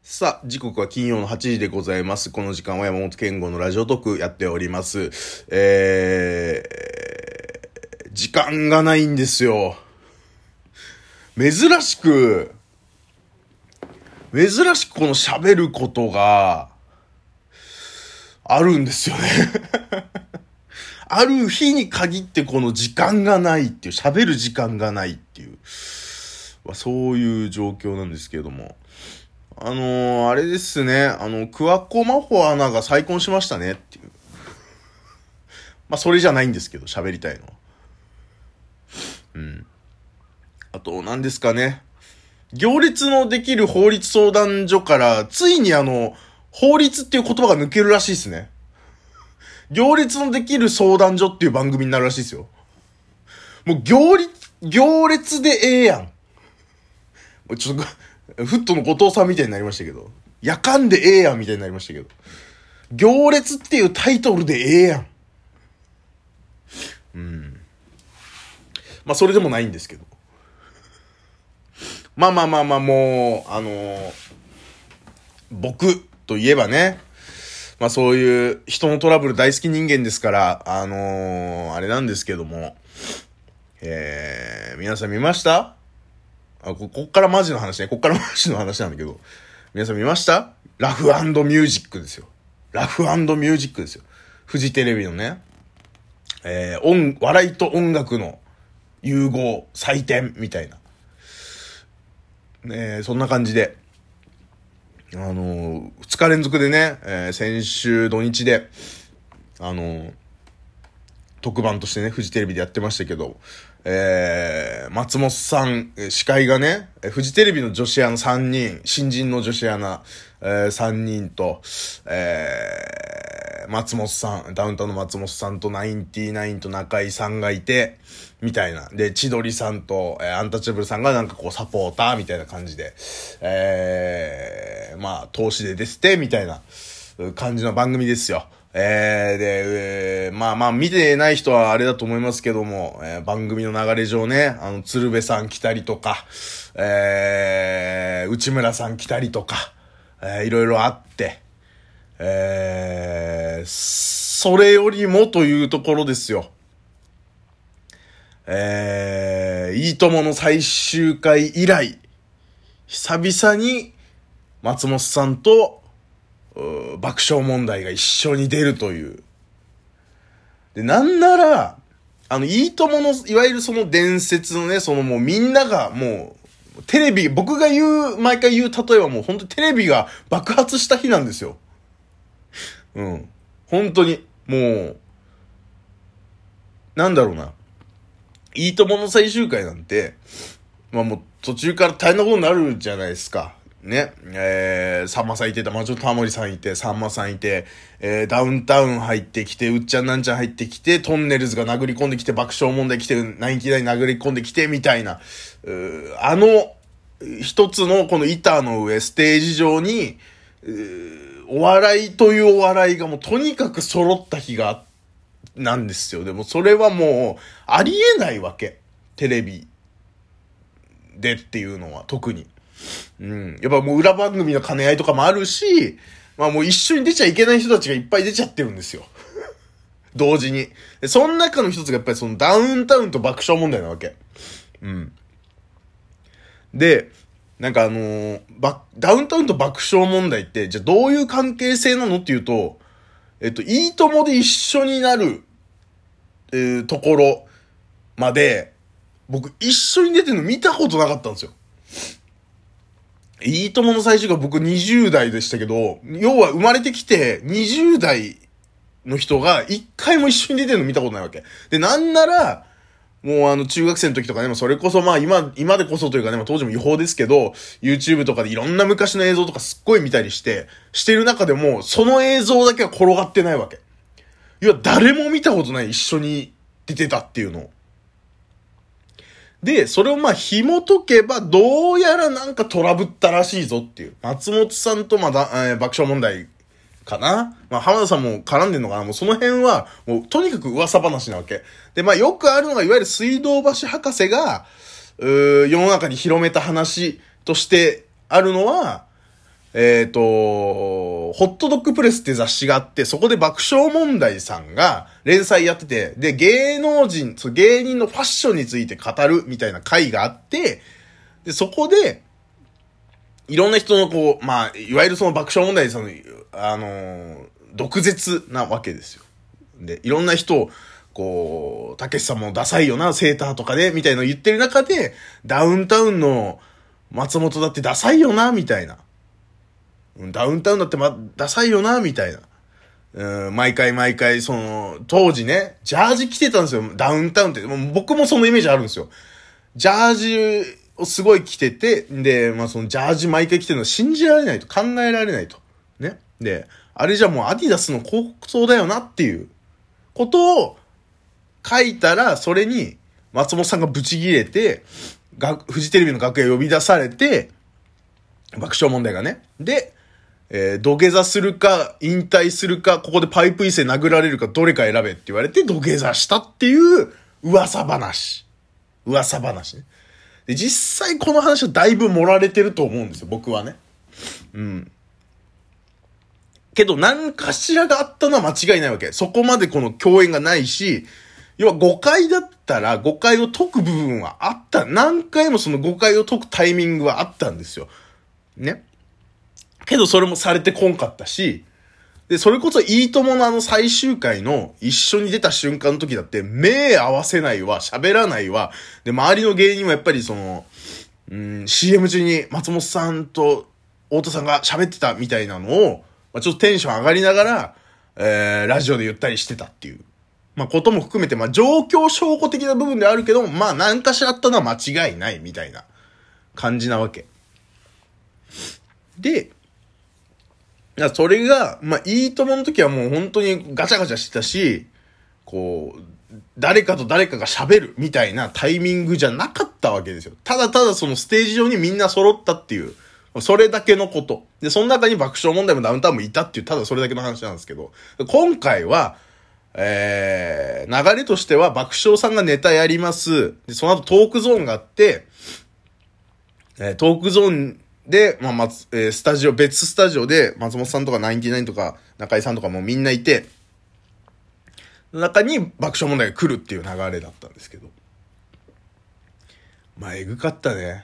さあ、時刻は金曜の8時でございます。この時間は山本健吾のラジオトークやっております。時間がないんですよ。珍しくこの喋ることがあるんですよね。ある日に限ってこの時間がないっていう、喋る時間がないっていう、そういう状況なんですけれども。あれですね、桑子真帆アナが再婚しましたねっていう。それじゃないんですけど、喋りたいのは。あと、何ですかね。行列のできる法律相談所から、ついに法律っていう言葉が抜けるらしいですね。行列のできる相談所っていう番組になるらしいですよ。もう行列でええやん。ちょっと、フットの後藤さんみたいになりましたけど。やかんでええやんみたいになりましたけど。行列っていうタイトルでええやん。それでもないんですけど。もう、僕といえばね、そういう人のトラブル大好き人間ですから、あれなんですけども、皆さん見ました？こっからマジの話ね。こっからマジの話なんだけど。皆さん見ました？ラフ&ミュージックですよ。ラフ&ミュージックですよ。フジテレビのね、笑いと音楽の融合、祭典みたいな。そんな感じで、2日連続でね、先週土日で、特番としてね、フジテレビでやってましたけど、松本さん、司会がね、フジテレビの女子アナ3人、新人の女子アナ、3人と、松本さん、ダウンタウンの松本さんとナインティナインと中井さんがいて、みたいな。で、千鳥さんと、アンタッチャブルさんがなんかこうサポーターみたいな感じで、投資でですって、みたいな感じの番組ですよ。見てない人はあれだと思いますけども、番組の流れ上ね、鶴瓶さん来たりとか、内村さん来たりとか、いろいろあって、それよりもというところですよ。いいともの最終回以来、久々に松本さんと爆笑問題が一緒に出るという。で、なんなら、いいともの、いわゆるその伝説のね、もうみんながもう、テレビ、僕が毎回言う例えはもう本当にテレビが爆発した日なんですよ。本当に、もう、なんだろうな。いいともの最終回なんて、もう途中から大変なことになるじゃないですか。ね。さんまさんいて、タモリさんいて、さんまさんいて、ダウンタウン入ってきて、うっちゃんなんちゃん入ってきて、トンネルズが殴り込んできて、爆笑問題来て、ナインティナイン殴り込んできて、みたいな。一つのこの板の上、ステージ上に、お笑いというお笑いがもうとにかく揃った日がなんですよ。でもそれはもうありえないわけ。テレビでっていうのは特に。やっぱもう裏番組の兼ね合いとかもあるし、もう一緒に出ちゃいけない人たちがいっぱい出ちゃってるんですよ。同時に。でその中の一つがやっぱりそのダウンタウンと爆笑問題なわけ。で、なんかダウンタウンと爆笑問題って、じゃあどういう関係性なのっていうと、いいともで一緒になる、ところまで、僕一緒に出てるの見たことなかったんですよ。いいともの最終が僕20代でしたけど、要は生まれてきて20代の人が一回も一緒に出てるの見たことないわけ。で、なんなら、もう中学生の時とかね、それこそ今でこそというかね、当時も違法ですけど、YouTube とかでいろんな昔の映像とかすっごい見たりしてる中でも、その映像だけは転がってないわけ。いや、誰も見たことない一緒に出てたっていうの。で、それを紐解けば、どうやらなんかトラブったらしいぞっていう。松本さんと爆笑問題かな。浜田さんも絡んでんのかな。もうその辺は、もうとにかく噂話なわけ。で、よくあるのが、いわゆる水道橋博士が、世の中に広めた話としてあるのは、 ホットドッグプレスって雑誌があって、そこで爆笑問題さんが連載やってて、で、芸人のファッションについて語るみたいな回があって、で、そこで、いろんな人のいわゆるその爆笑問題さんの、毒舌なわけですよ。で、いろんな人を、たけしさんもダサいよな、セーターとかで、みたいなのを言ってる中で、ダウンタウンの松本だってダサいよな、みたいな。ダウンタウンだってダサいよな、みたいな。毎回、当時ね、ジャージ着てたんですよ、ダウンタウンって。僕もそのイメージあるんですよ。ジャージをすごい着てて、で、そのジャージ毎回着てるの信じられないと、考えられないと。ね。で、あれじゃもうアディダスの広告だよなっていうことを書いたら、それに松本さんがブチギレて、フジテレビの楽屋呼び出されて、爆笑問題がね。で、土下座するか、引退するか、ここでパイプ椅子で殴られるか、どれか選べって言われて土下座したっていう噂話ね。で、実際この話はだいぶ盛られてると思うんですよ、僕はね。うん。けど、何かしらがあったのは間違いないわけ。そこまでこの共演がないし、要は誤解だったら誤解を解く部分はあった。何回もその誤解を解くタイミングはあったんですよ。ね。けどそれもされてこんかったし、で、それこそいいともの最終回の一緒に出た瞬間の時だって目合わせないわ、喋らないわ、で、周りの芸人もやっぱりCM 中に松本さんと太田さんが喋ってたみたいなのを、ちょっとテンション上がりながら、ラジオで言ったりしてたっていう。ことも含めて、状況証拠的な部分であるけど、何かしらあったのは間違いないみたいな感じなわけ。で、それが、いいともの時はもう本当にガチャガチャしてたし、誰かと誰かが喋るみたいなタイミングじゃなかったわけですよ。ただただそのステージ上にみんな揃ったっていう、それだけのこと。で、その中に爆笑問題もダウンタウンもいたっていう、ただそれだけの話なんですけど、今回は、流れとしては爆笑さんがネタやります。で、その後トークゾーンがあって、トークゾーンで、別スタジオで松本さんとかナインティナインとか中井さんとかもみんないて、中に爆笑問題が来るっていう流れだったんですけど。えぐかったね。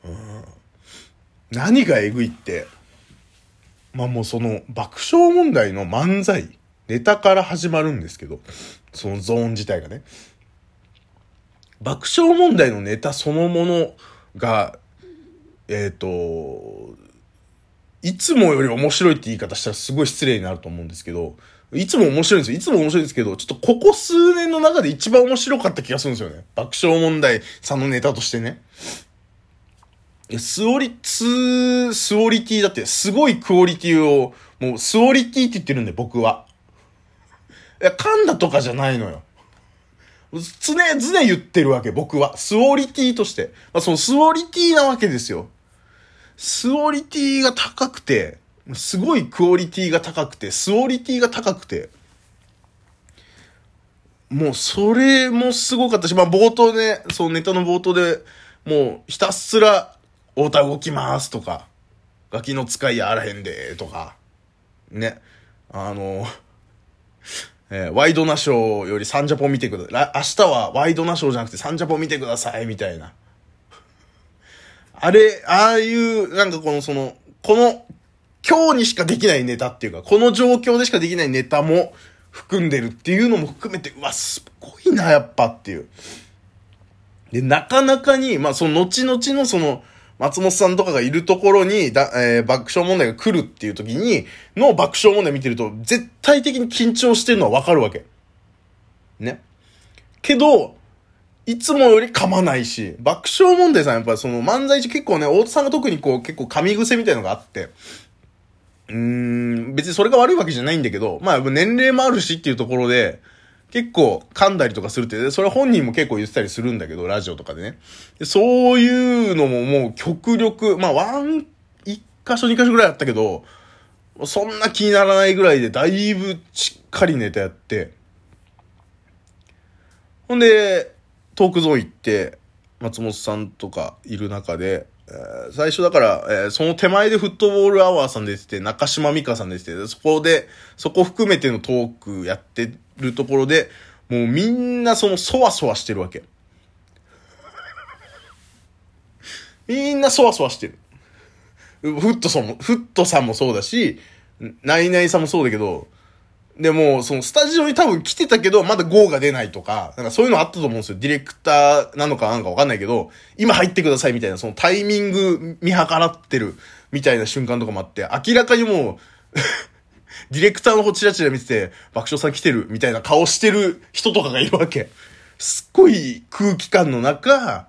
何がえぐいって、もうその爆笑問題の漫才、ネタから始まるんですけど、そのゾーン自体がね。爆笑問題のネタそのものが、いつもより面白いって言い方したらすごい失礼になると思うんですけど、いつも面白いんですよ。いつも面白いんですけど、ちょっとここ数年の中で一番面白かった気がするんですよね。爆笑問題さんのネタとしてね。スオリティだって、すごいクオリティを、もうスオリティって言ってるんで、僕は。噛んだとかじゃないのよ。常々言ってるわけ、僕は。スオリティとして。そのスオリティなわけですよ。スオリティが高くて、すごいクオリティが高くて、スオリティが高くて、もうそれもすごかったし、冒頭ね、そのネタの冒頭で、もうひたすら、太田動きますとか、ガキの使いやあらへんで、とか、ね、ワイドナショーよりサンジャポ見てください。明日はワイドナショーじゃなくてサンジャポ見てください、みたいな。ああいう、この、今日にしかできないネタっていうか、この状況でしかできないネタも含んでるっていうのも含めて、うわ、すごいな、やっぱっていう。で、なかなかに、その後々のその、松本さんとかがいるところに、爆笑問題が来るっていう時に、の爆笑問題見てると、絶対的に緊張してるのはわかるわけ。ね。けど、いつもより噛まないし、爆笑問題さんやっぱりその漫才中結構ね、太田さんが特に結構噛み癖みたいなのがあって、別にそれが悪いわけじゃないんだけど、年齢もあるしっていうところで、結構噛んだりとかするって、それは本人も結構言ってたりするんだけど、ラジオとかでね。でそういうのももう極力、一箇所二箇所ぐらいあったけど、そんな気にならないぐらいでだいぶしっかりネタやって、ほんで、トークゾーン行って、松本さんとかいる中で、 最初だから、その手前でフットボールアワーさん出てて、中島美嘉さん出てて、そこ含めてのトークやってるところで、もうみんなそわそわしてるわけ。みんなそわそわしてる。フットさんもそうだし、ナイナイさんもそうだけど、でも、スタジオに多分来てたけど、まだ GO が出ないとか、なんかそういうのあったと思うんですよ。ディレクターなのかなんかわかんないけど、今入ってくださいみたいな、そのタイミング見計らってるみたいな瞬間とかもあって、明らかにもう、ディレクターの方チラチラ見てて、爆笑さん来てるみたいな顔してる人とかがいるわけ。すっごい空気感の中、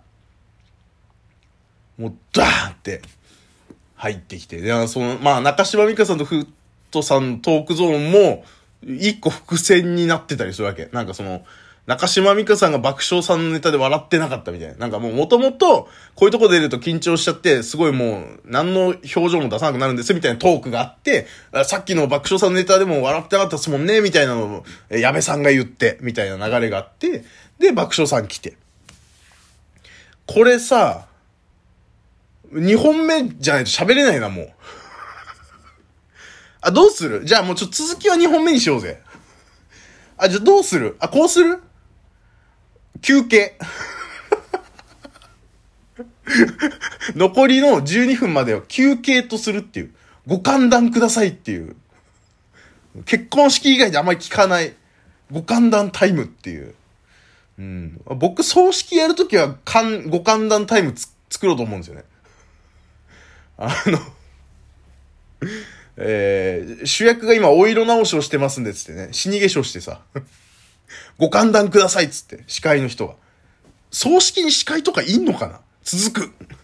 もうダーンって入ってきて、で、中島美嘉さんとフットさんのトークゾーンも、一個伏線になってたりするわけ。なんか中島美嘉さんが爆笑さんのネタで笑ってなかったみたいな。なんかもともと、こういうとこ出ると緊張しちゃって、すごいもう、何の表情も出さなくなるんですみたいなトークがあって、さっきの爆笑さんのネタでも笑ってなかったですもんねみたいなのを、矢部さんが言って、みたいな流れがあって、で、爆笑さん来て。これさ、2本目じゃないと喋れないな、もう。どうする？じゃあもう続きは2本目にしようぜ。じゃあどうする？こうする？休憩。残りの12分までを休憩とするっていう。ご歓談くださいっていう。結婚式以外であんまり聞かない。ご歓談タイムっていう。僕、葬式やるときは、ご歓談タイム作ろうと思うんですよね。主役が今お色直しをしてますんでつってね、死に化粧してさ、ご歓談くださいっつって、司会の人が。葬式に司会とかいんのかな？続く。